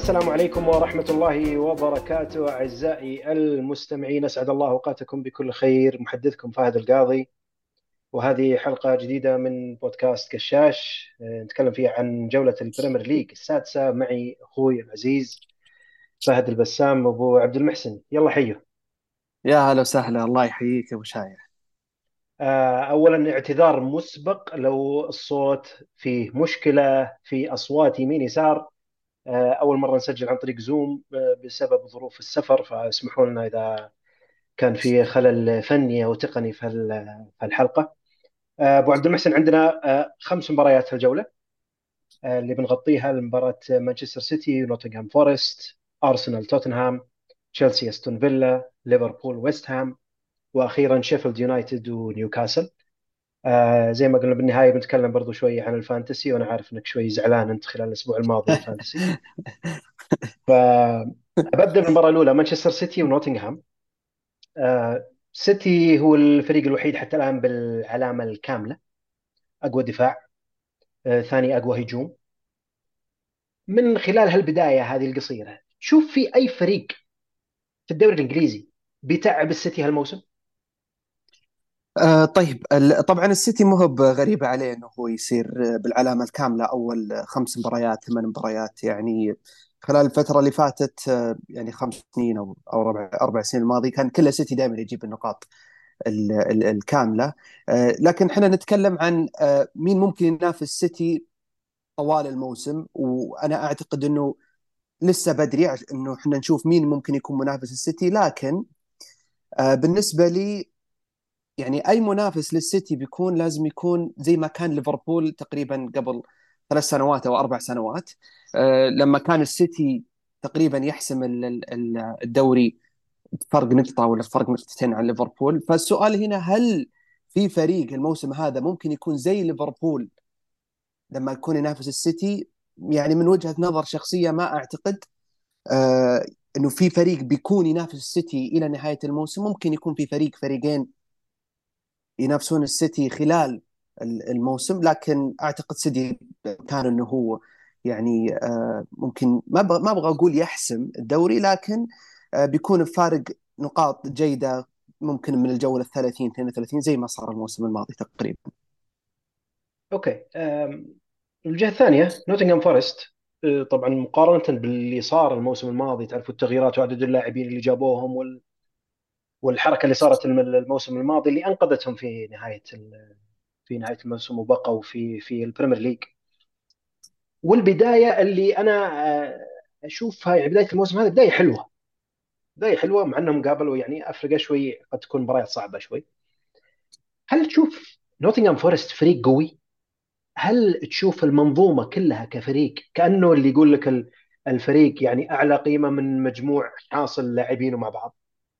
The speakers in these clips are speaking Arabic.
السلام عليكم ورحمة الله وبركاته أعزائي المستمعين، أسعد الله أوقاتكم بكل خير. محدثكم فهد القاضي، وهذه حلقة جديدة من بودكاست كشاش. نتكلم فيها عن جولة البريمير ليج السادسة معي أخوي العزيز فهد البسام أبو عبد المحسن. يلا حيو. يا هلا وسهلا، الله يحييك يا ابو شايع. أولا اعتذار مسبق لو الصوت فيه مشكلة في أصوات يمين يسار. أول مرة نسجل عن طريق زوم بسبب ظروف السفر، فاسمحوا لنا إذا كان في خلل فني او تقني في في الحلقه. ابو عبد المحسن، عندنا 5 مباريات في الجوله اللي بنغطيها: مباراه مانشستر سيتي ونوتنغهام فورست، ارسنال توتنهام، تشيلسي استون فيلا، ليفربول ويست هام، واخيرا شيفيلد يونايتد ونيوكاسل. زي ما قلنا بالنهايه بنتكلم برضو شوي عن الفانتسي، وانا عارف انك شوي زعلان انت خلال الاسبوع الماضي من الفانتسي. فببدا بالمباراه الاولى، مانشستر سيتي ونوتنغهام. سيتي هو الفريق الوحيد حتى الآن بالعلامة الكاملة: أقوى دفاع، ثاني أقوى هجوم. من خلال هالبداية هذه القصيرة، شوف في أي فريق في الدوري الإنجليزي بيتعب السيتي هالموسم؟ طيب، طبعا السيتي مو هو بغريبة عليه انه هو يصير بالعلامة الكاملة اول 5 مباريات 8 مباريات يعني. خلال الفترة اللي فاتت، يعني 5 سنين او 4 سنين الماضي كان كل السيتي دائما يجيب النقاط الكاملة. لكن احنا نتكلم عن مين ممكن ينافس السيتي طوال الموسم، وانا اعتقد انه لسه بدري انه احنا نشوف مين ممكن يكون منافس السيتي. لكن بالنسبة لي، يعني اي منافس للسيتي بيكون لازم يكون زي ما كان ليفربول تقريبا قبل 3 سنوات او 4 سنوات، لما كان السيتي تقريبا يحسم الدوري فرق نقطة ولا فرق نقطتين عن ليفربول. فالسؤال هنا، هل في فريق الموسم هذا ممكن يكون زي ليفربول لما يكون ينافس السيتي؟ يعني من وجهة نظر شخصية ما أعتقد آه انه في فريق بيكون ينافس السيتي الى نهايه الموسم. ممكن يكون في فريقين ينافسون السيتي خلال الموسم، لكن اعتقد سيتي كان انه هو يعني ممكن ما ابغى اقول يحسم الدوري، لكن بيكون بفارق نقاط جيده، ممكن من الجوله 30 32 زي ما صار الموسم الماضي تقريبا. أوكي. الجهة الثانية نوتنغهام فورست. طبعا مقارنة باللي صار الموسم الماضي، تعرفوا التغييرات وعدد اللاعبين اللي جابوهم والحركة اللي صارت الموسم الماضي اللي أنقذتهم في نهاية الموسم وبقوا في البريمير ليج. والبدايه اللي انا اشوفها، يعني بدايه الموسم هذا بدايه حلوه، بدايه حلوه، مع انهم قابلوا يعني افرقه شوي، قد تكون مباريات صعبه شوي. هل تشوف نوتنغهام فورست فريق قوي؟ هل تشوف المنظومه كلها كفريق كانه اللي يقول لك الفريق يعني اعلى قيمه من مجموع حاصل لاعبينه مع بعض؟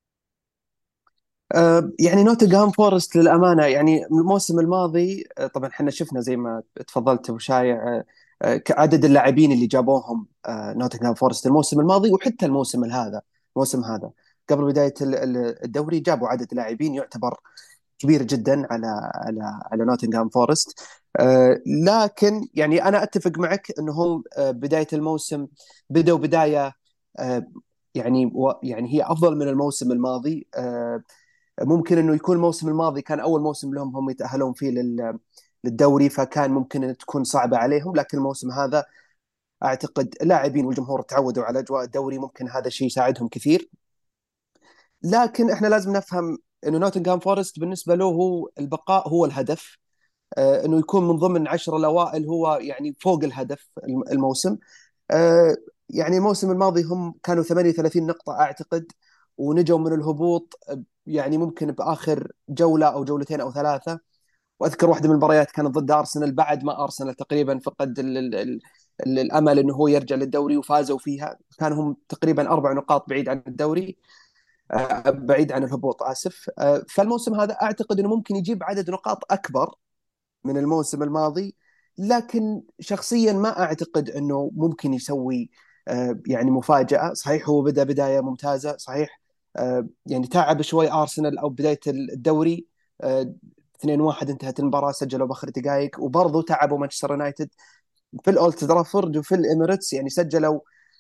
يعني نوتنغهام فورست للأمانة، يعني الموسم الماضي طبعا احنا شفنا زي ما تفضلت أبو شايع، عدد اللاعبين اللي جابوهم نوتنغهام فورست الموسم الماضي وحتى الموسم هذا قبل بداية الدوري جابوا عدد لاعبين يعتبر كبير جدا على نوتنغهام فورست. لكن يعني أنا أتفق معك أنهم بداية الموسم بدأوا بداية آه، يعني هي أفضل من الموسم الماضي. ممكن انه يكون الموسم الماضي كان اول موسم لهم هم يتاهلون فيه للدوري، فكان ممكن ان تكون صعبه عليهم. لكن الموسم هذا اعتقد اللاعبين والجمهور تعودوا على اجواء الدوري، ممكن هذا الشيء يساعدهم كثير. لكن احنا لازم نفهم انه نوتنغهام فورست بالنسبه له هو البقاء هو الهدف. انه يكون من ضمن 10 الاوائل هو يعني فوق الهدف الموسم. آه، يعني الموسم الماضي هم كانوا 38 نقطة أعتقد، ونجوا من الهبوط يعني ممكن بآخر جولة أو جولتين أو 3. وأذكر واحدة من المباريات كانت ضد أرسنال بعد ما أرسنال تقريبا فقد الأمل أنه هو يرجع للدوري، وفازوا فيها. كانوا هم تقريبا 4 نقاط بعيد عن الدوري، بعيد عن الهبوط آسف. فالموسم هذا أعتقد أنه ممكن يجيب عدد نقاط أكبر من الموسم الماضي. لكن شخصيا ما اعتقد انه ممكن يسوي يعني مفاجأة. صحيح هو بدأ بداية ممتازة، صحيح يعني تعب شوي ارسنال او بداية الدوري، 2-1 انتهت المباراة، سجلوا باخر دقائق. وبرضه تعبوا مانشستر يونايتد في الاولد ترافورد وفي الاميريتس، يعني سجلوا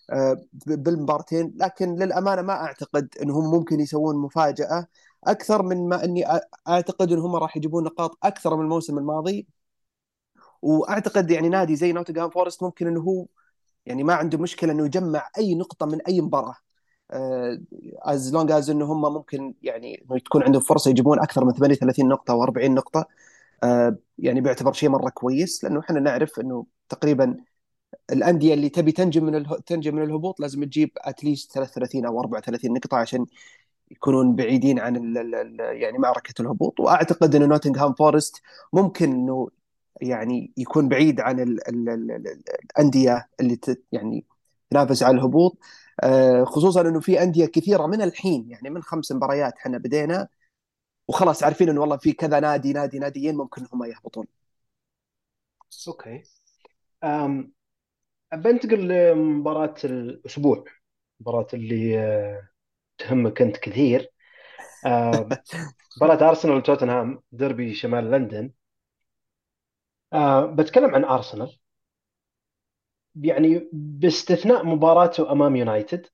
بالمبارتين. لكن للامانه ما اعتقد انهم ممكن يسوون مفاجاه اكثر من ما اني اعتقد انهم راح يجيبون نقاط اكثر من الموسم الماضي. واعتقد يعني نادي زي نوتنغهام فورست ممكن انه هو يعني ما عنده مشكله انه يجمع اي نقطه من اي مباراه، از لونج از انه هم ممكن يعني انه تكون عندهم فرصه يجيبون اكثر من 38 نقطه و40 نقطه. يعني بيعتبر شيء مره كويس، لانه احنا نعرف انه تقريبا الانديه اللي تبي تنجم من الهبوط لازم تجيب اتليست 33 او 34 نقطه عشان يكونون بعيدين عن يعني معركه الهبوط. واعتقد انه نوتنغهام فورست ممكن انه يعني يكون بعيد عن الانديه اللي يعني تنافس على الهبوط. خصوصا انه في انديه كثيره من الحين، يعني من 5 مباريات احنا بدينا وخلاص عارفين انه والله في كذا ناديين ممكن هم يهبطون. اوكي. أم بنتقل لمباراة الأسبوع، المباراة اللي تهمك أنت كثير. مباراة أرسنال وتوتنهام، ديربي شمال لندن. بتكلم عن أرسنال، يعني باستثناء مباراته أمام يونايتد.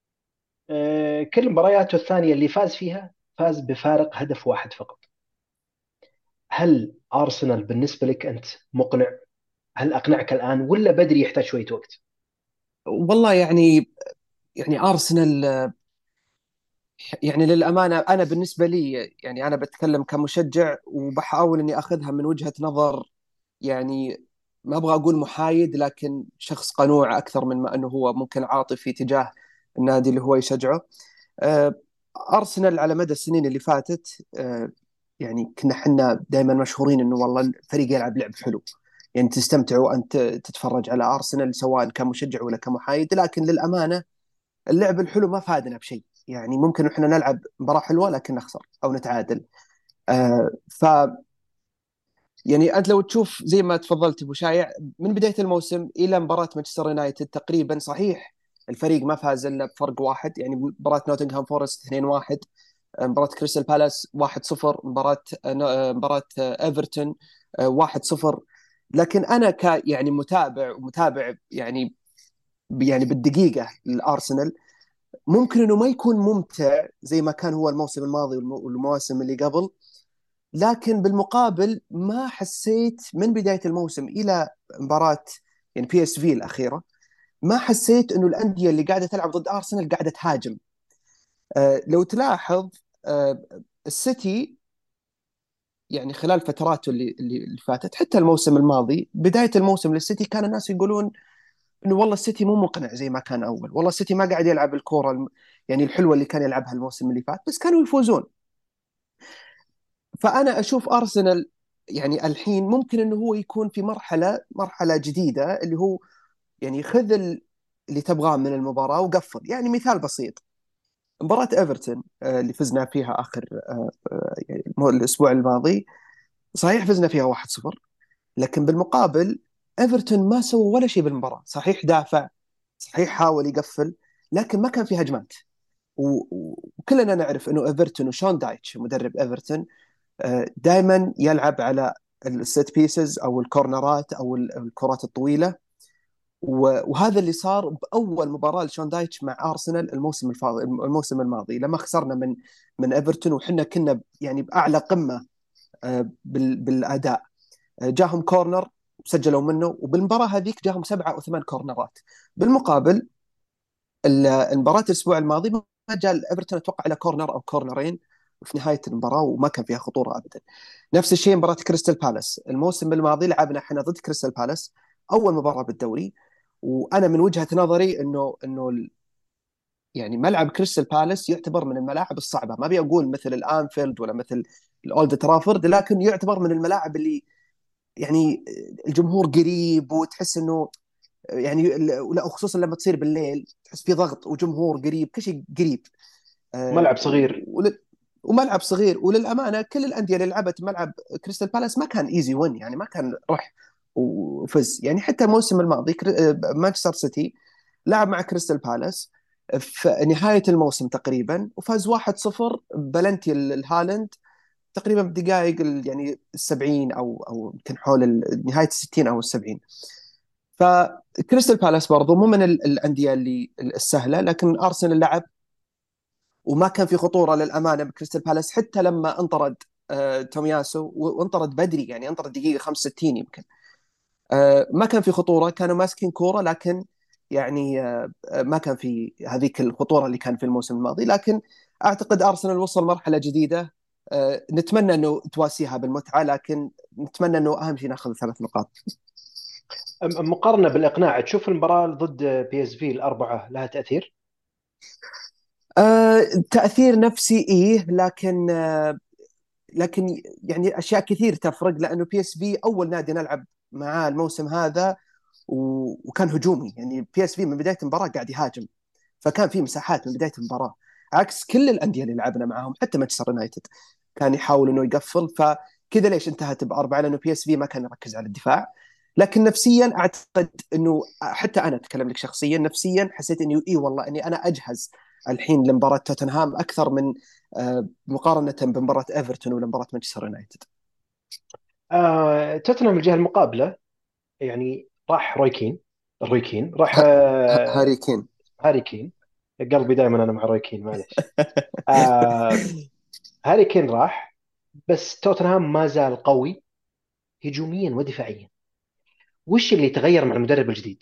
كل مبارياته الثانية اللي فاز فيها فاز بفارق هدف واحد فقط. هل أرسنال بالنسبة لك أنت مقنع؟ هل أقنعك الآن ولا بدري يحتاج شوية وقت؟ والله يعني ارسنال يعني للامانه انا بالنسبه لي يعني انا بتكلم كمشجع وبحاول اني اخذها من وجهه نظر، يعني ما ابغى اقول محايد لكن شخص قنوع اكثر من ما انه هو ممكن عاطفي تجاه النادي اللي هو يشجعه. آه، ارسنال على مدى السنين اللي فاتت يعني كنا حنا دائما مشهورين انه والله الفريق يلعب لعب حلو، يعني تستمتع وانت تتفرج على ارسنال سواء كمشجع ولا كمحايد. لكن للامانه اللعب الحلو ما فادنا بشيء، يعني ممكن احنا نلعب مباراه حلوه لكن نخسر او نتعادل. ف يعني انت لو تشوف زي ما تفضلت ابو شايع من بدايه الموسم الى مباراه مانشستر يونايتد تقريبا صحيح الفريق ما فاز الا بفرق واحد، يعني مباراه نوتنغهام فورست 2-1، مباراه كريستال بالاس 1-0، مباراه ايفرتون 1-0. لكن انا يعني متابع يعني بالدقيقه الارسنال ممكن انه ما يكون ممتع زي ما كان هو الموسم الماضي والمواسم اللي قبل. لكن بالمقابل ما حسيت من بدايه الموسم الى مباراه يعني بي اس في الاخيره ما حسيت انه الانديه اللي قاعده تلعب ضد ارسنال قاعده تهاجم. لو تلاحظ السيتي يعني خلال فتراته اللي فاتت حتى الموسم الماضي بدايه الموسم للسيتي كان الناس يقولون انه والله السيتي مو مقنع زي ما كان اول، والله السيتي ما قاعد يلعب الكوره يعني الحلوه اللي كان يلعبها الموسم اللي فات، بس كانوا يفوزون. فانا اشوف ارسنال يعني الحين ممكن انه هو يكون في مرحله جديده اللي هو يعني خذ اللي تبغاه من المباراه وقفل. يعني مثال بسيط مباراه ايفرتون اللي فزنا فيها اخر يعني الاسبوع الماضي، صحيح فزنا فيها 1-0 لكن بالمقابل ايفرتون ما سوى ولا شيء بالمباراه. صحيح دافع، صحيح حاول يقفل، لكن ما كان في هجمات. وكلنا نعرف انه ايفرتون وشون دايتش مدرب ايفرتون دائما يلعب على الست بيسز او الكورنرات او الكرات الطويله. وهذا اللي صار باول مباراه لشون دايتش مع ارسنال الموسم الماضي لما خسرنا من ايفرتون وحنا كنا يعني باعلى قمه بالاداء. جاهم كورنر سجلوا منه، وبالمباراه هذيك جاهم 7 أو 8 كورنرات. بالمقابل المباراه الاسبوع الماضي ما جاء ايفرتون اتوقع على كورنر او كورنرين في نهايه المباراه وما كان فيها خطوره ابدا. نفس الشيء مباراه كريستال بالاس الموسم الماضي لعبنا احنا ضد كريستال بالاس اول مباراه بالدوري. وانا من وجهه نظري انه يعني ملعب كريستال بالاس يعتبر من الملاعب الصعبه، ما ابي اقول مثل الانفيلد ولا مثل الاولد ترافورد، لكن يعتبر من الملاعب اللي يعني الجمهور قريب وتحس انه يعني لا خصوصا لما تصير بالليل تحس في ضغط وجمهور قريب كل شيء قريب. آه، ملعب صغير. وملعب صغير. وللامانه كل الانديه اللي لعبت ملعب كريستال بالاس ما كان ايزي وين، يعني ما كان رح وفز. يعني حتى الموسم الماضي مانشستر سيتي لعب مع كريستال بالاس في نهايه الموسم تقريبا وفاز 1-0 بلنتي الهالند تقريبا بدقائق يعني ال70 او يمكن حول نهايه ال60 او ال70. فكريستال بالاس برضو مو من الانديه اللي السهله، لكن ارسنال لعب وما كان في خطوره للامانه بكريستال بالاس حتى لما انطرد تومياسو، وانطرد بدري، يعني انطرد دقيقه 65 يمكن. ما كان في خطوره، كانوا ماسكين كوره، لكن يعني ما كان في هذيك الخطوره اللي كان في الموسم الماضي. لكن اعتقد ارسنال وصل مرحله جديده، نتمنى انه تواسيها بالمتعه، لكن نتمنى انه اهم شيء ناخذ 3 نقاط. مقارنة بالإقناع، تشوف المباراة ضد بي اس في الأربعة لها تأثير؟ تأثير نفسي إيه، لكن يعني أشياء كثير تفرق، لأنه بي اس في أول نادي نلعب معاه الموسم هذا، وكان هجومي. يعني بي اس في من بداية المباراة قاعد يهاجم، فكان في مساحات من بداية المباراة، عكس كل الأندية اللي لعبنا معاهم. حتى مانشستر يونايتد كان يحاول إنه يقفل، فكذا ليش انتهت ب4؟ لأنه بي اس في ما كان يركز على الدفاع. لكن نفسيا اعتقد انه حتى انا اتكلم لك شخصيا، نفسيا حسيت اني اي والله اني انا اجهز الحين لمباراه توتنهام اكثر من مقارنه بمباراه ايفرتون ولا مباراه مانشستر يونايتد. توتنهام الجهة المقابلة، يعني راح روي كين. روي كين راح هاري كين. هاري كين. قلبي دائما أنا مع روي كين، معلش. آه هاري كين راح، بس توتنهام ما زال قوي هجوميا ودفاعيا. وش اللي تغير مع المدرب الجديد؟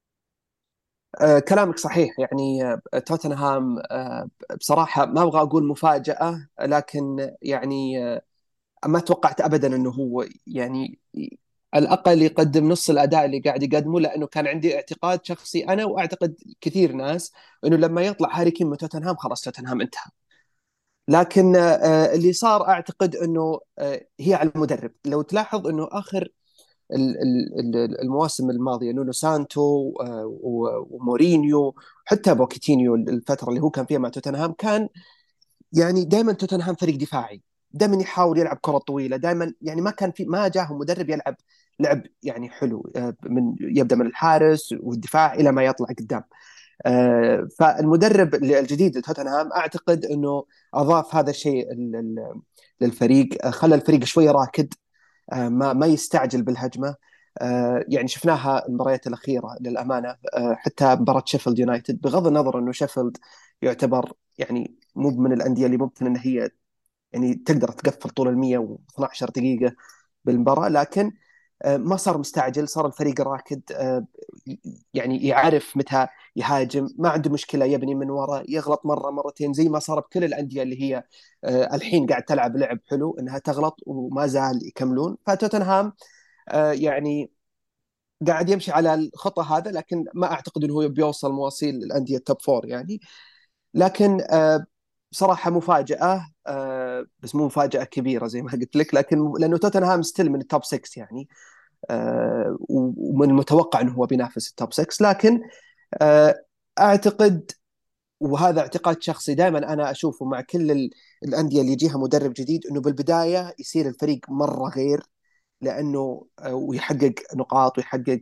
كلامك صحيح. يعني توتنهام بصراحة ما أبغى أقول مفاجأة، لكن يعني ما توقعت أبدا أنه هو يعني على الأقل يقدم نص الأداء اللي قاعد يقدمه، لأنه كان عندي اعتقاد شخصي أنا وأعتقد كثير ناس أنه لما يطلع هاري كين من توتنهام خلاص توتنهام انتهى. لكن اللي صار أعتقد أنه هي على المدرب. لو تلاحظ أنه آخر المواسم الماضيه نونو سانتو ومورينيو، حتى بوكيتينيو الفتره اللي هو كان فيها مع توتنهام، كان يعني دائما توتنهام فريق دفاعي، دائما يحاول يلعب كره طويله، دائما يعني ما كان في، ما جاهم مدرب يلعب لعب يعني حلو، من يبدا من الحارس والدفاع الى ما يطلع قدام. فالمدرب الجديد لتوتنهام اعتقد انه اضاف هذا الشيء للفريق، خلى الفريق شوي راكد، ما يستعجل بالهجمه. يعني شفناها المباريات الاخيره للامانه، حتى مباراه شيفيلد يونايتد، بغض النظر انه شيفيلد يعتبر يعني مو من الانديه اللي ممكن ان هي يعني تقدر تقفل طول ال 112 دقيقه بالمباراه، لكن ما صار مستعجل، صار الفريق راكد، يعني يعرف متى يهاجم، ما عنده مشكله يبني من وراء، يغلط مره مرتين زي ما صار بكل الانديه اللي هي الحين قاعد تلعب لعب حلو، انها تغلط وما زال يكملون. فتوتنهام يعني قاعد يمشي على الخطى هذا، لكن ما اعتقد انه هو بيوصل مواصيل الانديه التوب فور يعني. لكن بصراحه مفاجاه، بس مو مفاجاه كبيره زي ما قلت لك، لكن لانه توتنهام ستيل من التوب 6 يعني، ومن المتوقع انه هو بينافس التوب 6. لكن آه، اعتقد، وهذا اعتقاد شخصي دائما انا اشوفه مع كل الانديه اللي يجيها مدرب جديد، انه بالبدايه يصير الفريق مره غير، لانه ويحقق نقاط ويحقق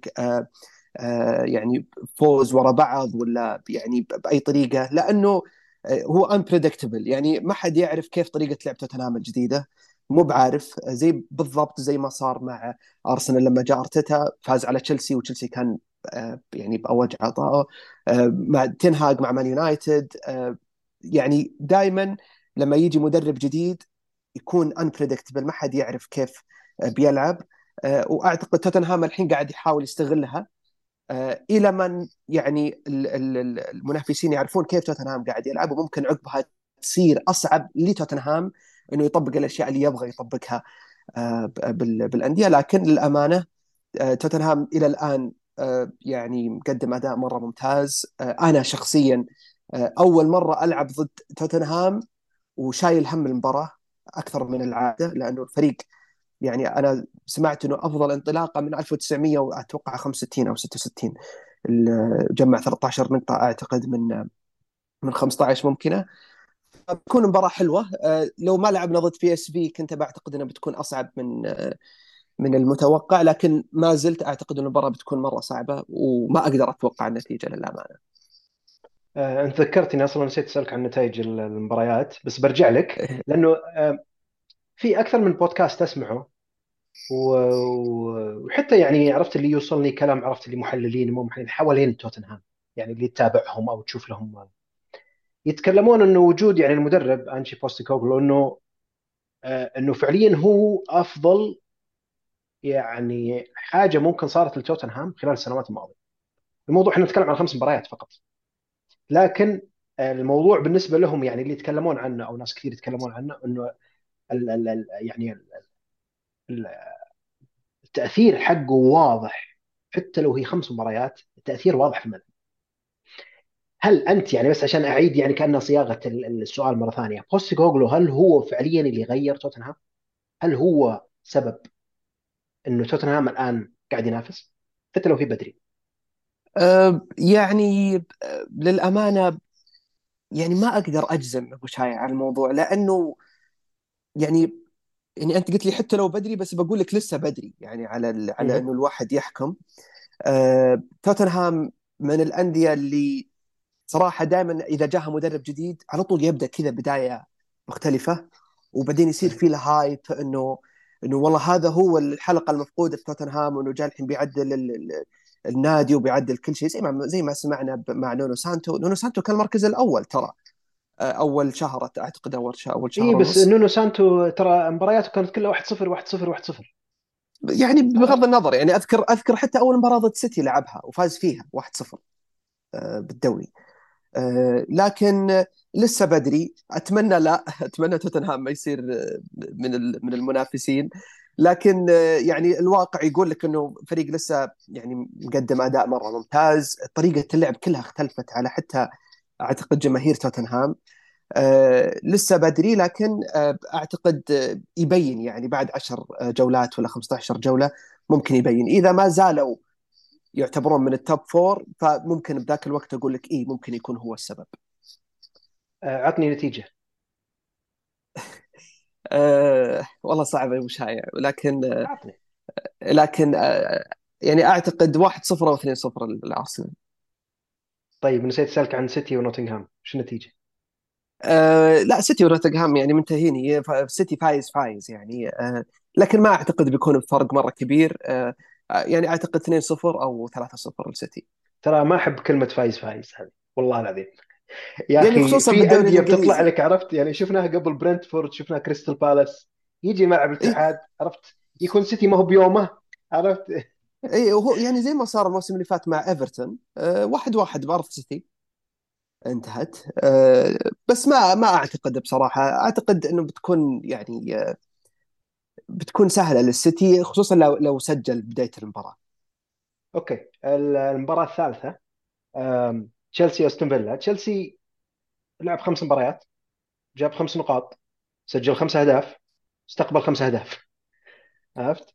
يعني فوز ورا بعض، ولا يعني باي طريقه، لانه هو unpredictable. يعني ما حد يعرف كيف طريقه لعب توتنهام الجديده، مو بعارف، زي بالضبط زي ما صار مع ارسنال لما جاء ارتيتا فاز على تشيلسي، وتشيلسي كان يعني باوج عطائه، مع تنهاج مع مان يونايتد. يعني دائما لما يجي مدرب جديد يكون unpredictable، ما حد يعرف كيف بيلعب. واعتقد توتنهام الحين قاعد يحاول يستغلها، الى من يعني المنافسين يعرفون كيف توتنهام قاعد يلعب، وممكن عقبها تصير اصعب لتوتنهام انه يطبق الاشياء اللي يبغى يطبقها بالانديه. لكن للامانه توتنهام الى الان يعني مقدم اداء مره ممتاز. انا شخصيا اول مره العب ضد توتنهام وشايل هم المباراه اكثر من العاده، لانه الفريق يعني انا سمعت انه افضل انطلاقه من 1900 واتوقع 65 او 66، جمع 13 نقطه اعتقد من 15 ممكنه. بتكون مباراه حلوه. لو ما لعبنا ضد بي اس في كنت بعتقد انها بتكون اصعب من المتوقع، لكن ما زلت اعتقد ان المباراه بتكون مره صعبه، وما اقدر اتوقع النتيجه للامانه. انت ذكرتني، اصلا نسيت اسالك عن نتائج المباريات، بس برجع لك. لانه في اكثر من بودكاست اسمعه وحتى يعني عرفت اللي يوصلني كلام، عرفت اللي محللين مو محللين حوالين توتنهام، يعني اللي تتابعهم او تشوف لهم، يتكلمون انه وجود يعني المدرب انشي بوستيكوغلو انه انه فعليا هو افضل يعني حاجه ممكن صارت لتوتنهام خلال السنوات الماضيه. الموضوع احنا نتكلم عن 5 مباريات فقط، لكن الموضوع بالنسبه لهم يعني اللي يتكلمون عنه او ناس كثير يتكلمون عنه انه يعني التاثير حقه واضح. حتى لو هي 5 مباريات التاثير واضح في الملعب. هل انت يعني بس عشان اعيد يعني كانها صياغه السؤال مره ثانيه، بوستيكوغلو هل هو فعليا اللي غير توتنهام؟ هل هو سبب انه توتنهام الان قاعد ينافس حتى لو هي بدري؟ يعني للأمانة يعني ما أقدر أجزم أبو شايع على الموضوع، لأنه يعني أنت قلت لي حتى لو بدري، بس بقول لك لسه بدري يعني على على مه. إنه الواحد يحكم. توتنهام من الأندية اللي صراحة دائما إذا جاها مدرب جديد على طول يبدأ كذا بداية مختلفة، وبعدين يصير صحيح. في له هايب انه والله هذا هو الحلقة المفقودة في توتنهام، وانه جاء الحين بيعدل النادي وبيعدل كل شيء، زي ما سمعنا مع نونو سانتو. نونو سانتو كان المركز الأول ترى، أول شهر أعتقد، أول اي شهر بس ونص. نونو سانتو ترى مبارياته كانت كلها 1-0 1-0 1-0. يعني بغض عرفت؟ النظر، يعني أذكر حتى أول مباراة ضد سيتي لعبها وفاز فيها 1-0 بالدوري. لكن لسه بدري. اتمنى لا اتمنى توتنهام ما يصير من المنافسين، لكن يعني الواقع يقول لك انه فريق لسه يعني مقدم اداء مره ممتاز. طريقه اللعب كلها اختلفت على حتى اعتقد جماهير توتنهام. لسه بدري، لكن اعتقد يبين يعني بعد 10 جولات ولا 15 جوله ممكن يبين. اذا ما زالوا يعتبرون من التوب فور فممكن بذاك الوقت اقول لك ايه ممكن يكون هو السبب. عطني نتيجه. والله صعب يا ابو شايع، عطني. لكن يعني اعتقد 1-0 او 2-0 لارسنال. طيب نسيت اسالك عن سيتي ونوتنغهام، شو النتيجه؟ لا، سيتي ونوتنغهام يعني منتهين. هي سيتي فايز فايز يعني، لكن ما اعتقد بيكون بفرق مره كبير. يعني اعتقد 2-0 او 3-0 لسيتي. ترى ما احب كلمه فايز فايز هذه والله العظيم. يا يعني اخي خصوصا في بالدوري انديه بتطلع الانجليزي. لك، عرفت يعني شفناها قبل برنتفورد، شفنا كريستال بالاس، يجي ملعب اي الاتحاد عرفت يكون سيتي ما هو بيومه. عرفت؟ اي، وهو يعني زي ما صار الموسم اللي فات مع ايفرتون، 1-1 بارض سيتي انتهت. بس ما اعتقد بصراحه. اعتقد انه بتكون يعني بتكون سهله للسيتي، خصوصا لو سجل بدايه المباراه. اوكي، المباراه الثالثه تشيلسي استون فيلا. تشيلسي لعب 5 مباريات، جاب 5 نقاط، سجل 5 اهداف، استقبل 5 اهداف. عرفت؟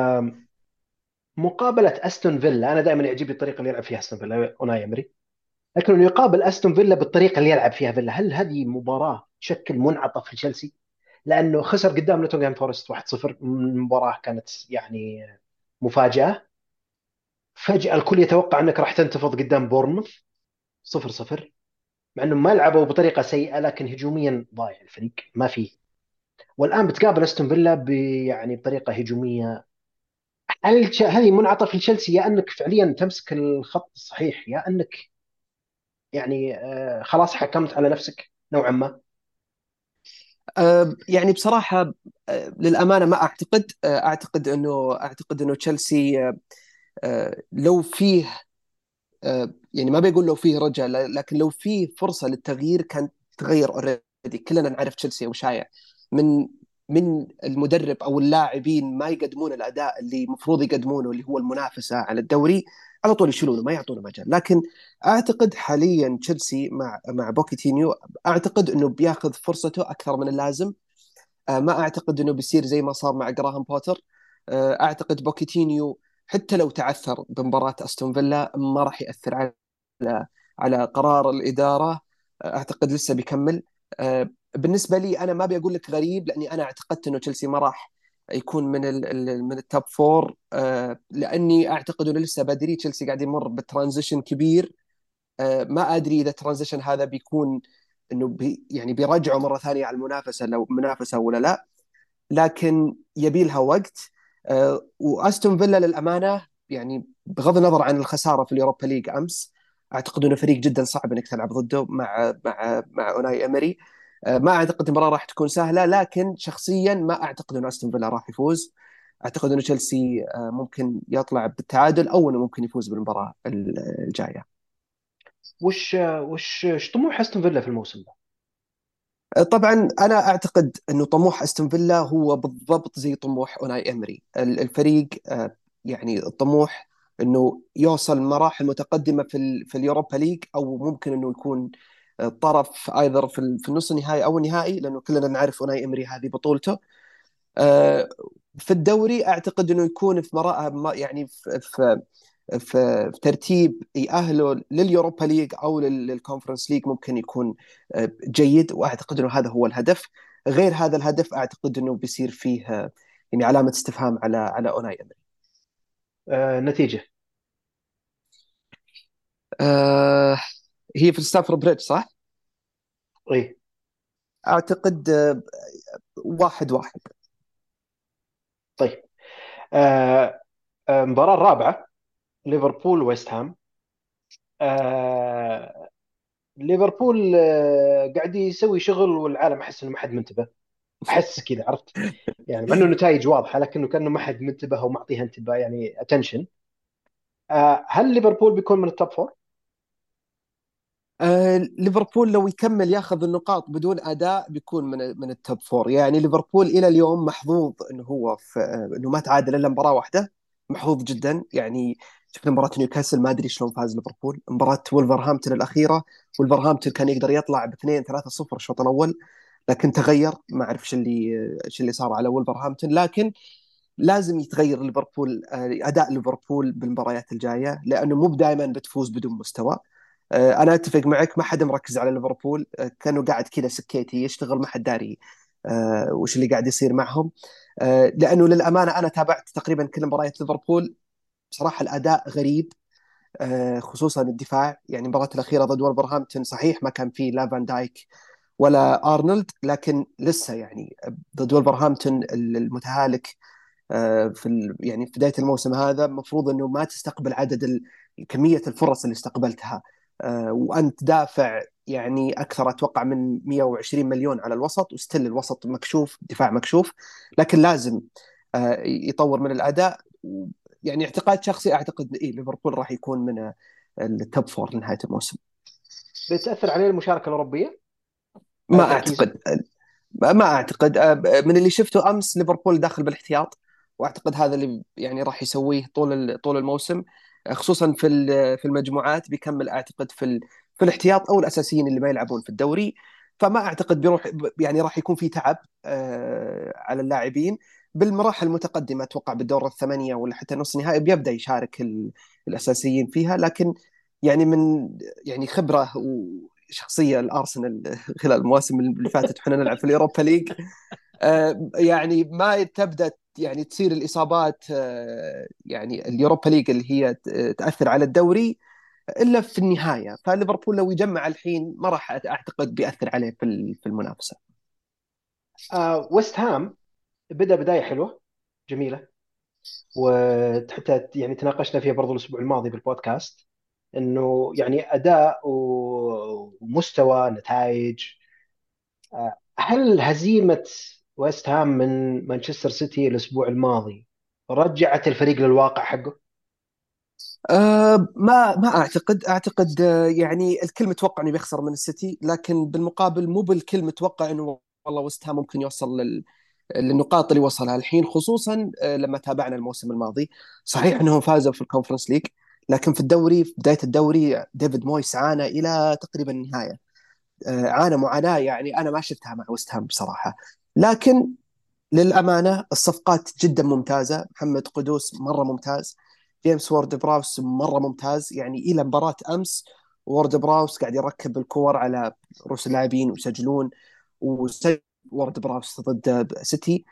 مقابله استون فيلا، انا دائما يعجبني الطريقه اللي يلعب فيها استون فيلا اوناي امري، لكن انه يقابل استون فيلا بالطريقه اللي يلعب فيها فيلا، هل هذه مباراه تشكل منعطف لتشيلسي؟ لانه خسر قدام نوتنغهام فورست 1-0، المباراه كانت يعني مفاجاه. فجاه الكل يتوقع انك راح تنتفض قدام بورنموث 0-0، مع انهم ما لعبوا بطريقه سيئه لكن هجوميا ضايع الفريق ما فيه. والان بتقابل استون فيلا يعني بطريقه هجوميه. هل هذه منعطف لتشيلسي، يا انك فعليا تمسك الخط الصحيح، يا انك يعني خلاص حكمت على نفسك نوعا ما؟ يعني بصراحه للامانه ما اعتقد. اعتقد انه تشيلسي لو فيه يعني ما بيقول لو فيه رجع، لكن لو فيه فرصه للتغيير كان تغير اوريدي. كلنا نعرف تشيلسي وشايع من المدرب او اللاعبين ما يقدمون الاداء اللي المفروض يقدمونه، اللي هو المنافسه على الدوري، على طول يشيلونه ما يعطونه مجال. لكن اعتقد حاليا تشيلسي مع بوكيتينيو اعتقد انه بياخذ فرصته اكثر من اللازم. ما اعتقد انه بيصير زي ما صار مع جراهام بوتر. اعتقد بوكيتينيو حتى لو تعثر بمباراة استون فيلا ما راح يأثر على قرار الإدارة. اعتقد لسه بيكمل. بالنسبة لي انا ما بقول لك غريب، لاني انا اعتقدت انه تشيلسي ما راح يكون من التوب فور، لاني اعتقد انه لسه بدري. تشيلسي قاعد يمر بترانزيشن كبير. ما ادري اذا الترانزيشن هذا بيكون انه يعني بيرجعوا مره ثانيه على المنافسه، لو منافسه ولا لا، لكن يبي لها وقت. واستون فيلا للامانه يعني بغض النظر عن الخساره في اليوروبا ليج امس، اعتقد انه فريق جدا صعب انك تلعب ضده مع اوناي امري. ما اعتقد المباراه راح تكون سهله، لكن شخصيا ما اعتقد انه استون فيلا راح يفوز. اعتقد انه تشيلسي ممكن يطلع بالتعادل، او انه ممكن يفوز بالمباراه الجايه. وش طموح استون فيلا في الموسم ده؟ طبعا انا اعتقد انه طموح استون فيلا هو بالضبط زي طموح اوناي امري. الفريق يعني الطموح انه يوصل مراحل متقدمه في اليوروبا ليج، او ممكن انه يكون طرف ايضر في النص النهائي او النهائي، لانه كلنا نعرف اوناي امري هذه بطولته. آه، في الدوري اعتقد انه يكون في يعني في ترتيب يأهله لليوروبا ليج او للكونفرنس ليج، ممكن يكون جيد، واعتقد انه هذا هو الهدف. غير هذا الهدف اعتقد انه بيصير فيه يعني علامة استفهام على اوناي امري. نتيجة. آه هي في ستانفورد بريدج صح؟ اي. اعتقد 1-1. طيب. آه المباراة الرابعة، ليفربول ويست هام. آه ليفربول قاعد يسوي شغل والعالم احس انه ما حد منتبه. احس كذا، عرفت؟ يعني مع انه النتائج واضحه لكنه كانه ما حد منتبه او معطيها انتباه، يعني اتنشن. هل ليفربول بيكون من التوب فور؟ ليفربول لو يكمل ياخذ النقاط بدون اداء بيكون من التوب فور. يعني ليفربول الى اليوم محظوظ انه هو في انه ما تعادل الا مباراه واحده. محظوظ جدا يعني. شفنا مباراه نيوكاسل، ما ادري شلون فاز ليفربول. مباراه ولفرهامبتون الاخيره، ولفرهامبتون كان يقدر يطلع ب 2 3-0 الشوط الاول، لكن تغير. ما اعرف ايش اللي صار على ولفرهامبتون. لكن لازم يتغير ليفربول، اداء ليفربول بالمباريات الجايه، لانه مو دائما بتفوز بدون مستوى. انا اتفق معك، ما حد مركز على ليفربول. كانوا قاعد كذا سكيتي يشتغل، ما حد داري وش اللي قاعد يصير معهم. لانه للامانه انا تابعت تقريبا كل مباريات ليفربول. بصراحه الاداء غريب، خصوصا الدفاع. يعني المباراه الاخيره ضد ولفرهامبتون صحيح ما كان فيه لا فان دايك ولا ارنولد، لكن لسه يعني ضد ولفرهامبتون المتهالك يعني في بدايه الموسم هذا، المفروض انه ما تستقبل كميه الفرص اللي استقبلتها. وانت دافع يعني اكثر اتوقع من 120 مليون على الوسط، وستيل الوسط مكشوف، الدفاع مكشوف. لكن لازم يطور من الاداء. يعني اعتقاد شخصي اعتقد إيه ليفربول راح يكون من التوب فور لنهايه الموسم. بتاثر عليه المشاركه الاوروبيه؟ ما تركيزه. اعتقد. ما اعتقد. من اللي شفته امس ليفربول داخل بالاحتياط، واعتقد هذا اللي يعني راح يسويه طول الموسم. خصوصا في المجموعات بيكمل اعتقد في الاحتياط، او الاساسيين اللي ما يلعبون في الدوري. فما اعتقد بيروح يعني راح يكون في تعب على اللاعبين. بالمراحل المتقدمه اتوقع بالدور الثمانيه ولا حتى نص نهائي بيبدا يشارك الاساسيين فيها. لكن يعني من يعني خبره وشخصيه الارسنال خلال المواسم اللي فاتت وحنا نلعب في اليوروبا ليج، يعني ما تبدا يعني تصير الاصابات، يعني اليوروبا ليج اللي هي تاثر على الدوري الا في النهايه. فليفربول لو يجمع الحين ما راح اعتقد بياثر عليه في المنافسه. ويست هام بدا بدايه حلوه، جميله، وحتى يعني تناقشنا فيها برضو الاسبوع الماضي بالبودكاست، انه يعني اداء ومستوى نتائج. هل هزيمه ويست هام من مانشستر سيتي الاسبوع الماضي رجعت الفريق للواقع حقه؟ ما اعتقد يعني الكل متوقع انه بيخسر من السيتي، لكن بالمقابل مو بالكل متوقع انه والله وست هام ممكن يوصل للنقاط اللي وصلها الحين. خصوصا لما تابعنا الموسم الماضي، صحيح انهم فازوا في الكونفرنس ليج، لكن في الدوري في بدايه الدوري ديفيد مويس عانى الى تقريبا النهايه. عانى معاناه يعني انا ما شفتها مع وست هام بصراحه. لكن للأمانة الصفقات جدا ممتازة. محمد قدوس مرة ممتاز، جيمس وورد براوس مرة ممتاز. يعني إلى مباراة أمس وورد براوس قاعد يركب الكور على رؤوس اللاعبين ويسجلون. وسجل وورد براوس ضد سيتي.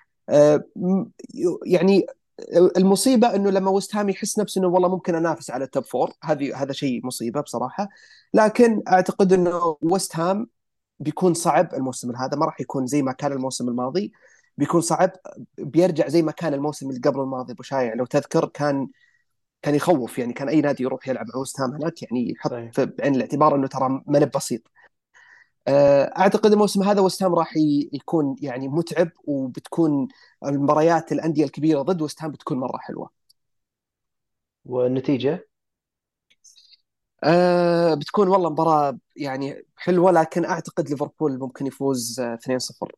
يعني المصيبة انه لما وست هام يحس نفسه انه والله ممكن انافس على التوب فور، هذا شيء مصيبة بصراحة. لكن اعتقد انه وست هام بيكون صعب الموسم هذا، ما راح يكون زي ما كان الموسم الماضي. بيكون صعب. بيرجع زي ما كان الموسم اللي قبل الماضي ابو شايع لو تذكر، كان يخوف يعني، كان اي نادي يروح يلعب مع وست هام هناك يعني يحط صحيح. بعين الاعتبار انه ترى ما بسيط. اعتقد الموسم هذا وست هام راح يكون يعني متعب، وبتكون المباريات الانديه الكبيره ضد وست هام بتكون مره حلوه. والنتيجة؟ بتكون والله مباراه يعني حلوه، لكن اعتقد ليفربول ممكن يفوز 2-0.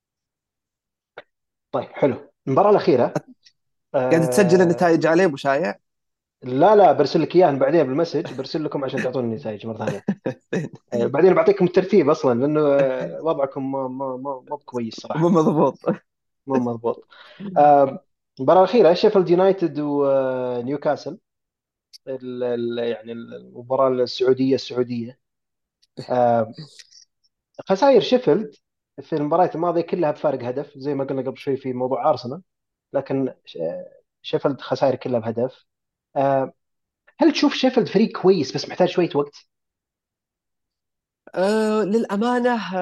طيب حلو. المباراة الأخيرة. قاعد تسجل آه النتائج عليه ابو شايع؟ لا لا، برسل لك إياها بعدين بالمسج، برسل لكم عشان تعطوني النتائج مرة ثانية. بعدين بعطيكم الترتيب أصلا، لأنه وضعكم ما بكويس مو صراحة. مضبوط. مو مضبوط. المباراة الأخيرة شيفيلد يونايتد ونيوكاسل. يعني المباراة السعودية. آه، خسائر شيفيلد في المباريات الماضية كلها بفارق هدف، زي ما قلنا قبل شوي في موضوع أرسنال. لكن شيفيلد خسائر كلها بهدف. آه، هل تشوف شيفيلد فريق كويس بس محتاج شوية وقت؟ للامانه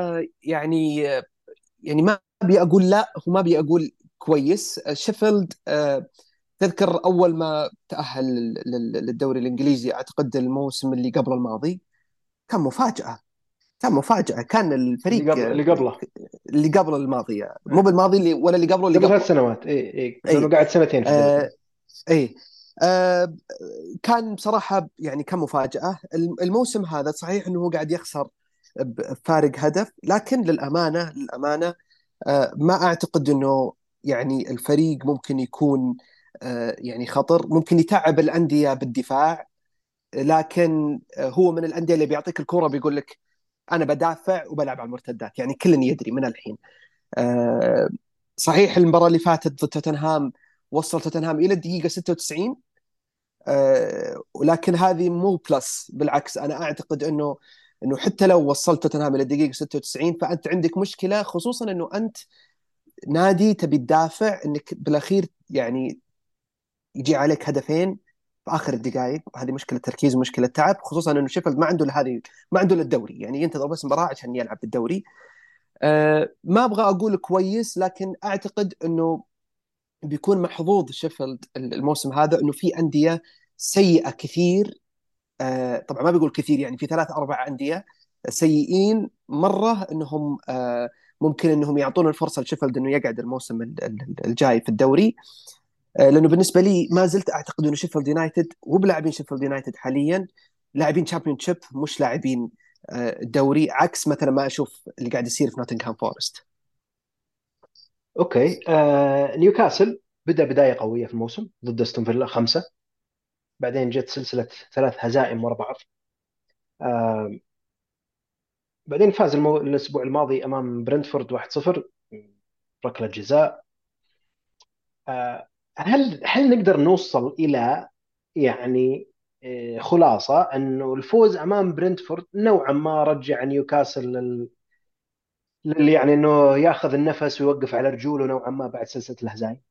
يعني ما ابي اقول لا وما ابي اقول كويس. شيفيلد تذكر اول ما تاهل للدوري الانجليزي اعتقد الموسم اللي قبل الماضي، كان مفاجاه. كان الفريق اللي قبله. اللي قبل الماضي، مو آه، بالماضي ولا اللي قبله، اللي قبل ثلاث قبله. سنوات، اي لأنه اي. قاعد سنتين في الدوري. آه، اي. آه كان بصراحة يعني كان مفاجأة الموسم هذا. صحيح انه هو قاعد يخسر بفارق هدف، لكن للأمانة ما اعتقد انه يعني الفريق ممكن يكون يعني خطر، ممكن يتعب الأندية بالدفاع، لكن هو من الأندية اللي بيعطيك الكرة بيقول لك انا بدافع وبلعب على المرتدات، يعني كل يدري من الحين. آه، صحيح المباراة اللي فاتت ضد توتنهام وصل توتنهام إلى الدقيقة 96، ولكن هذه مو بلس، بالعكس أنا أعتقد أنه حتى لو وصلت توتنهام إلى الدقيقة 96 فأنت عندك مشكلة، خصوصا أنه أنت نادي تبي تدافع، أنك بالأخير يعني يجي عليك هدفين في آخر الدقائق. هذه مشكلة تركيز ومشكلة تعب، خصوصا أنه شيفيلد ما عنده هذه، ما عنده الدوري، يعني ينتظر بس مباراة عشان يلعب بالدوري. ما ابغى اقول كويس، لكن اعتقد انه بيكون محظوظ شيفيلد الموسم هذا، انه في انديه سيئه كثير. طبعا ما بيقول كثير، يعني في 3 4 انديه سيئين مره، انهم ممكن انهم يعطون الفرصه لشيفيلد انه يقعد الموسم الجاي في الدوري. لانه بالنسبه لي ما زلت اعتقد انه شيفيلد يونايتد وبلاعبين شيفيلد يونايتد حاليا لاعبين تشامبيون شيب، مش لاعبين الدوري، عكس مثلا ما اشوف اللي قاعد يصير في نوتنغهام فورست. اوكي. نيوكاسل بدأ بداية قوية في الموسم ضد استون فيلا 5. بعدين جت سلسلة 3 هزائم ورا بعض. آه بعدين فاز الأسبوع الماضي أمام برنتفورد 1-0، ركلة جزاء. هل نقدر نوصل إلى يعني خلاصة أنه الفوز أمام برنتفورد نوعا ما رجع نيوكاسل للي يعني أنه ياخذ النفس ويوقف على رجوله نوعا ما بعد سلسلة الهزائم؟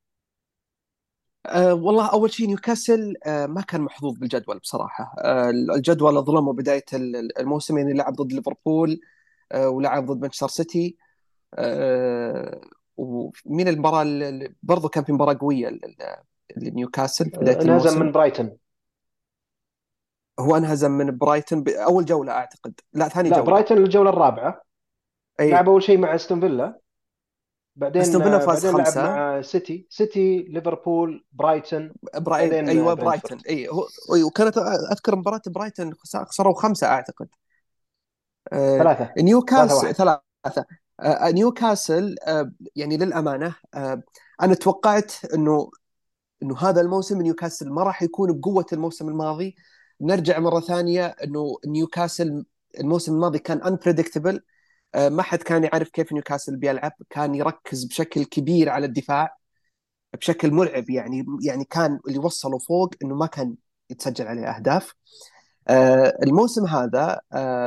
والله أول شيء نيوكاسل ما كان محظوظ بالجدول بصراحة. الجدول ظلمه بداية الموسم، يعني لعب ضد ليفربول ولعب ضد مانشستر سيتي. آه، ومين المباراة اللي برضو كان في مباراة قوية لنيوكاسل في بداية انهزم الموسم؟ من برايتون. هو انهزم من برايتون بأول جولة أعتقد، لا ثاني لا، جولة. برايتون الجولة الرابعة. لعب أي. أول شيء مع استون فيلا. بعدين استون فيلا فاز بعدين لعب 5. مع سيتي ليفربول برايتون. بعدين أيوة برنتفورد. برايتون، أي هو. وكانت أذكر مباراة برايتون خسروا 5 أعتقد. ثلاثة. ثلاثة نيوكاسل واحد 3. نيوكاسل يعني للأمانة أنا توقعت إنه هذا الموسم نيوكاسل ما راح يكون بقوة الموسم الماضي. نرجع مرة ثانية إنه نيوكاسل الموسم الماضي كان unpredictable. ما حد كان يعرف كيف نيوكاسل بيلعب، كان يركز بشكل كبير على الدفاع بشكل مرعب، يعني كان اللي وصلوا فوق إنه ما كان يتسجل عليه أهداف. الموسم هذا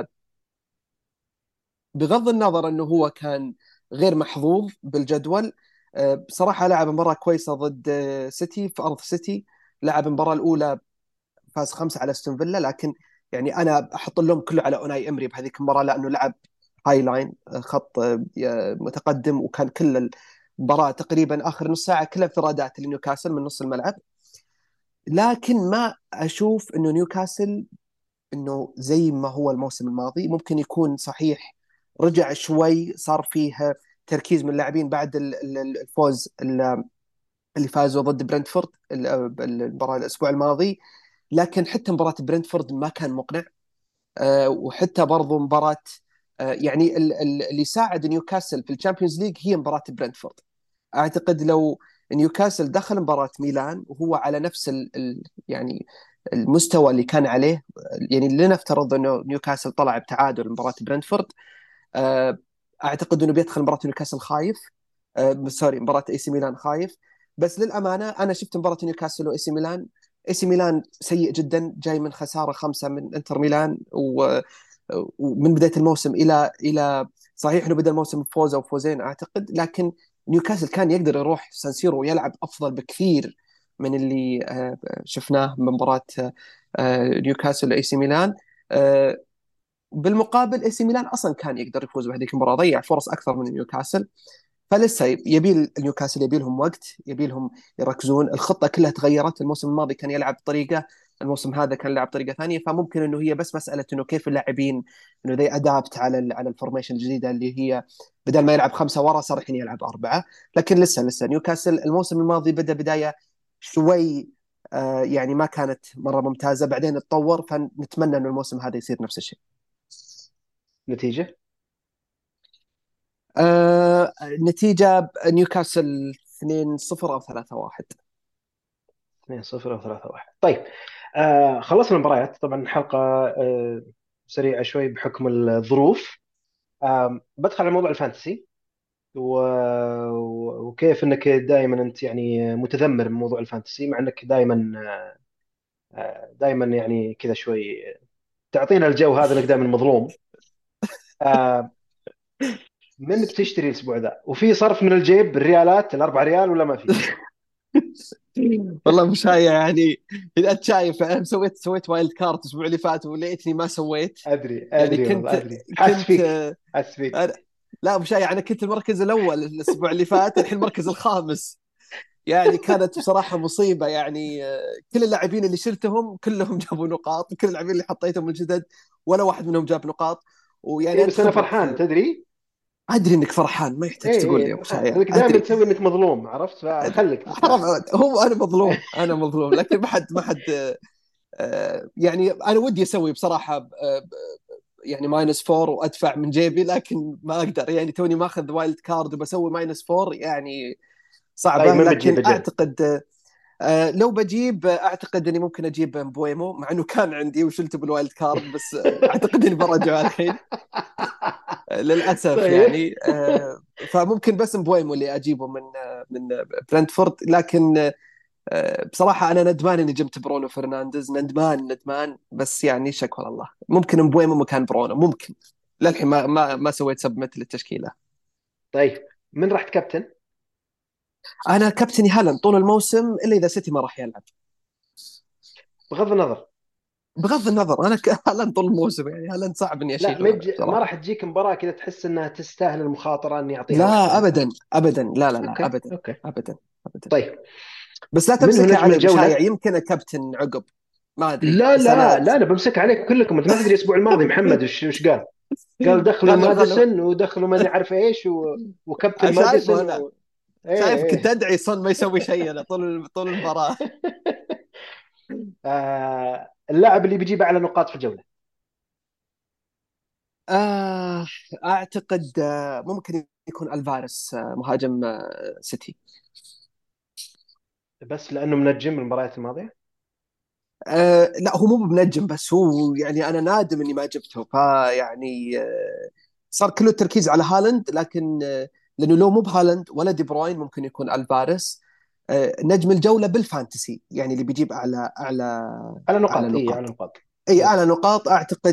بغض النظر انه هو كان غير محظوظ بالجدول، بصراحه لعب مباراه كويسه ضد سيتي في ارض سيتي. لعب المباراه الاولى فاز 5 على استون فيلا، لكن يعني انا احط اللوم كله على اوناي امري بهذيك المباراه، لانه لعب هاي لاين، خط متقدم، وكان كل مباراة تقريبا آخر نص ساعة كلها انفرادات لنيوكاسل من نص الملعب. لكن ما أشوف إنه نيوكاسل إنه زي ما هو الموسم الماضي. ممكن يكون صحيح رجع شوي، صار فيه تركيز من اللاعبين بعد الفوز اللي فازوا ضد برنتفورد المباراة الأسبوع الماضي. لكن حتى مباراة برنتفورد ما كان مقنع. وحتى برضو مباراة يعني اللي ساعد نيوكاسل في الشامبيونز ليج هي مباراة برنتفورد. اعتقد لو نيوكاسل دخل مباراة ميلان وهو على نفس يعني المستوى اللي كان عليه، يعني لنفترض انه نيوكاسل طلع بتعادل مباراة برنتفورد، آه، اعتقد انه بيدخل مباراة نيوكاسل خايف. سوري، مباراة اي سي ميلان خايف. بس للامانة انا شفت مباراة نيوكاسل واي سي ميلان. اي سي ميلان سيء جدا، جاي من خسارة 5 من انتر ميلان، ومن بداية الموسم الى صحيح انه بدا الموسم بفوز او فوزين اعتقد، لكن نيوكاسل كان يقدر يروح سانسيرو ويلعب افضل بكثير من اللي شفناه من مباراة نيوكاسل واي سي ميلان. آه، بالمقابل اي سي ميلان اصلا كان يقدر يفوز بهذيك المباراه، ضيع فرص اكثر من نيوكاسل. فلسه يبي نيوكاسل، يبي لهم وقت، يبي لهم يركزون. الخطه كلها تغيرت، الموسم الماضي كان يلعب بطريقه، الموسم هذا كان يلعب بطريقه ثانيه. فممكن انه هي بس مساله انه كيف اللاعبين انه ذي ادابت على الفورميشن الجديده اللي هي بدل ما يلعب خمسه ورا صار الحين يلعب اربعه. لكن لسه نيوكاسل الموسم الماضي بدا بدايه شوي يعني ما كانت مره ممتازه، بعدين اتطور، فنتمنى انه الموسم هذا يصير نفس الشيء. نتيجة؟ نتيجة نيوكاسل 2-0 أو 3-1. 2-0 او 3-1. طيب، خلصنا المباريات. طبعا حلقة سريعة شوي بحكم الظروف. بدخل على موضوع الفانتسي وكيف انك دائما انت يعني متذمر من موضوع الفانتسي، مع انك دائما يعني كذا شوي تعطينا الجو هذا انك دائما مظلوم. آه، منك تشتري الاسبوع ذا وفي صرف من الجيب الريالات الاربع ريال ولا ما في؟ والله مش هاي يعني. إذا أنت شايف أنا سويت وايلد كارت الأسبوع اللي فات وليتني ما سويت. ادري يعني ادري والله كنت ادري، حاس كنت فيك حس فيك. أنا لا مش هاي، أنا كنت المركز الأول الأسبوع اللي فات، الحين المركز الخامس. يعني كانت بصراحة مصيبة يعني. كل اللاعبين اللي شلتهم كلهم جابوا نقاط، كل اللاعبين اللي حطيتهم من جدد ولا واحد منهم جاب نقاط. ويعني اي أنت بس انا خبرة فرحان تدري. أدري إنك فرحان، ما اي يحتاج تقول لي يا اي أبو فرحان شايع، لانك دائما أدري. تسوي انك مظلوم، عرفت؟ فخليك حرام. تستاهل. هو أنا مظلوم، أنا مظلوم، لكن ما حد يعني أنا ودي أسوي بصراحة يعني ماينس فور وأدفع من جيبي، لكن ما أقدر يعني. توني ماخذ وايلد كارد وبسوي ماينس فور يعني طيب صعبة. من لكن بتجيب اجل؟ أعتقد لو بجيب اعتقد اني ممكن اجيب مبويمو، مع انه كان عندي وشلته بالوايلد كارد، بس اعتقد اني برجعه الحين للاسف طيب. يعني. فممكن بس مبويمو اللي اجيبه من برنتفورد. لكن بصراحه انا ندمان اني جبت برونو فرنانديز، ندمان. بس يعني شكوى الله، ممكن مبويمو مكان برونو ممكن. للحين ما سويت سبمت للتشكيله. طيب من راح تكابتن؟ انا كابتني هالاند طول الموسم الا اذا سيتي ما راح يلعب. بغض النظر. بغض النظر انا هالاند طول الموسم، يعني هالاند صعب اني لا، اشيله ما بصراحه. راح تجيك مباراة كذا تحس انها تستاهل المخاطرة اني اعطيها واحد لا ثاني؟ ابدا ابدا، لا اوكي ابدا اوكي. ابدا ابدا. طيب، بس لا من هو تمسكها نجم علي ابو شايع، الجولة؟ يمكن كابتن عقب، ما ادري، لا بس لا انا لا، انا بمسك عليك كلكم. انت ما تدري الاسبوع الماضي محمد وش قال؟ قال دخلوا خلوا ماديسون ودخلوا ماني عارف ايش وكابتن شايفه ماديسون انا، شايف ايه كنت ايه. ادعي صن ما يسوي شيء انا طول المباراه. اللاعب اللي بيجيب اعلى نقاط في الجولة؟ آه اعتقد ممكن يكون الفارس مهاجم سيتي. بس لانه منجم المباريات الماضية؟ لا هو مو بنجم، بس هو يعني انا نادم اني ما جبته. فيعني صار كله التركيز على هالاند، لكن لانه لو مو بهالاند ولا دي بروين ممكن يكون الفاريز نجم الجوله بالفانتسي، يعني اللي بيجيب على اعلى نقاط، اي على نقاط. نقاط. اي اي. اعلى نقاط.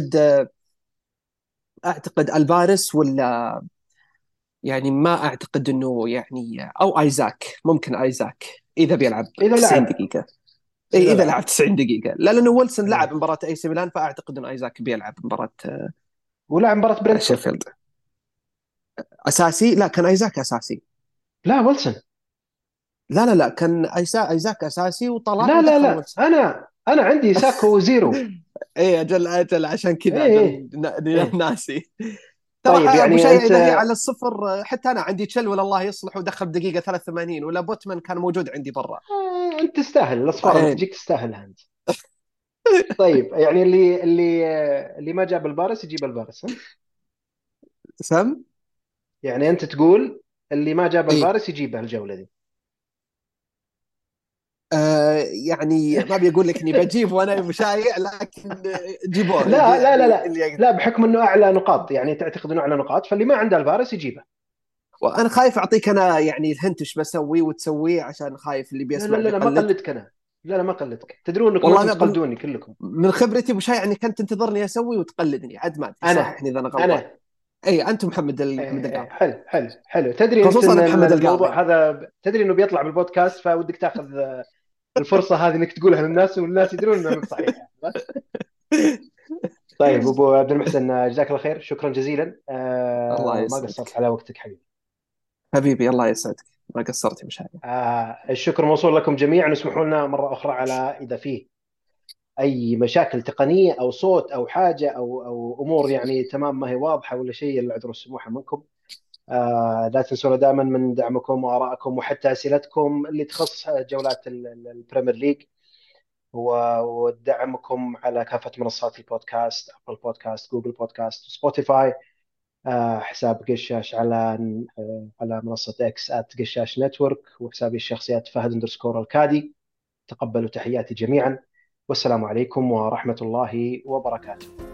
اعتقد الفاريز، ولا يعني ما اعتقد انه يعني، او ايزاك. ممكن ايزاك اذا بيلعب اذا 90 لعب. دقيقه. اي اذا اذا لعب. لعب 90 دقيقه، لا لانه ويلسون لعب ايه. مباراه اي سي ميلان، فاعتقد انه ايزاك بيلعب مباراه ولعب مباراة برنتفورد. شيفيلد. اساسي؟ لا كان ايزاك اساسي. لا ويلسون. لا لا لا، كان ايزاك اساسي وطلع لا لا ودخل لا، ويلسون. انا عندي ساكو زيرو. ايه اجل اجل، عشان كذا ايه اجل ايه. ناسي. ترى طيب ابو يعني شيع انت، اذا هي على الصفر، حتى انا عندي تشيلول الله يصلح ودخل دقيقه 83، ولا بوتمان كان موجود عندي برا. انت تستاهل الاصفار اللي عين. تجيك، تستاهلها انت. طيب يعني اللي ما جاب البارس يجيب البارس، ها؟ سم. يعني انت تقول اللي ما جاب ايه. البارس يجيبها الجولة دي. يعني ما بيقول لك اني بجيب وانا مشايع، لكن جيبوه لا لا لا يعني لا اللي يقدر. لا، بحكم انه اعلى نقاط، يعني تعتقد انه اعلى نقاط، فاللي ما عنده الفارس يجيبه. وانا خايف اعطيك انا يعني الهنت ايش بسوي وتسويه، عشان خايف اللي لا لا بيسمع لا لا، ما بيقلد. قلدك انا. لا لا، ما قلدك، تدرون انكم والله انتم انا تقلدوني كلكم. من خبرتي ابو شايع انك انت تنتظرني اسوي وتقلدني، عاد ما ادري، انا صححني اذا انا غلطان. انا اي انت محمد محمد إيه، القاضي. حلو حلو حلو. تدري انت خصوصا ان محمد القاضي. الموضوع هذا، تدري انه بيطلع بالبودكاست، فودك تاخذ الفرصة هذه انك تقولها للناس، والناس يدرون انها مو صحيحة. طيب ابو عبد المحسن، جزاك الله خير، شكرا جزيلا، الله ما قصرت يسعدك على وقتك حبيبي. حبيبي، الله يسعدك، ما قصرت يا مشاهد. الشكر موصول لكم جميعا. اسمحوا لنا مرة أخرى على إذا فيه أي مشاكل تقنية أو صوت أو حاجة أو أمور يعني تمام ما هي واضحة ولا شيء، العذر والسموحة منكم. لا تنسونا دائما من دعمكم وآرائكم وحتى أسئلتكم اللي تخص جولات البريمير ليج، ودعمكم على كافة منصات البودكاست: أبل بودكاست، جوجل بودكاست، سبوتيفاي. حساب قشاش على على منصة اكس @قشاش نتورك، وحسابي الشخصي @فهد_الكادي. تقبلوا تحياتي جميعا، والسلام عليكم ورحمة الله وبركاته.